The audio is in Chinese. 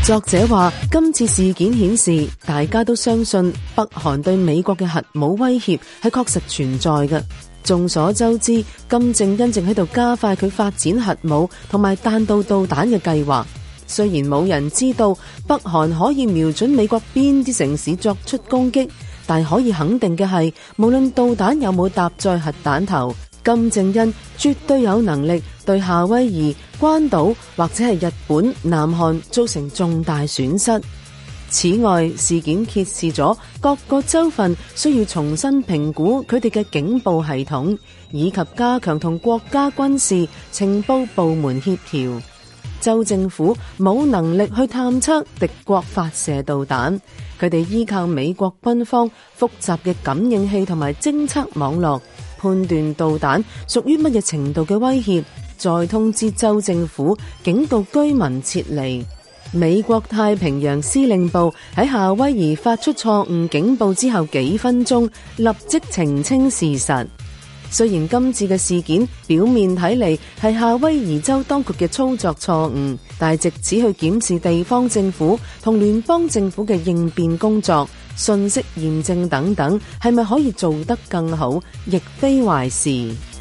作者話，今次事件顯示，大家都相信北韓對美國嘅核武威脅係確實存在嘅。眾所周知，金正恩正喺度加快佢發展核武同埋彈道導彈嘅計劃。雖然冇人知道北韓可以瞄準美國邊啲城市作出攻擊，但可以肯定嘅係，無論導彈有冇搭載核彈頭，金正恩絕對有能力對夏威夷、關島或者係日本、南韓造成重大損失。此外，事件揭示咗各個州份需要重新評估佢哋嘅警報系統，以及加強同國家軍事、情報部門協調。州政府冇能力去探測敵國發射導彈，佢哋依靠美國軍方複雜嘅感應器同埋偵測網絡，判斷導彈屬於乜嘢程度嘅威脅，再通知州政府警告居民撤離。美國太平洋司令部喺夏威夷發出錯誤警報之後幾分鐘，立即澄清事實。雖然今次嘅事件表面睇嚟係夏威夷州當局嘅操作錯誤，但係藉此去檢視地方政府同聯邦政府嘅應變工作、信息驗證等等，係咪可以做得更好，亦非壞事。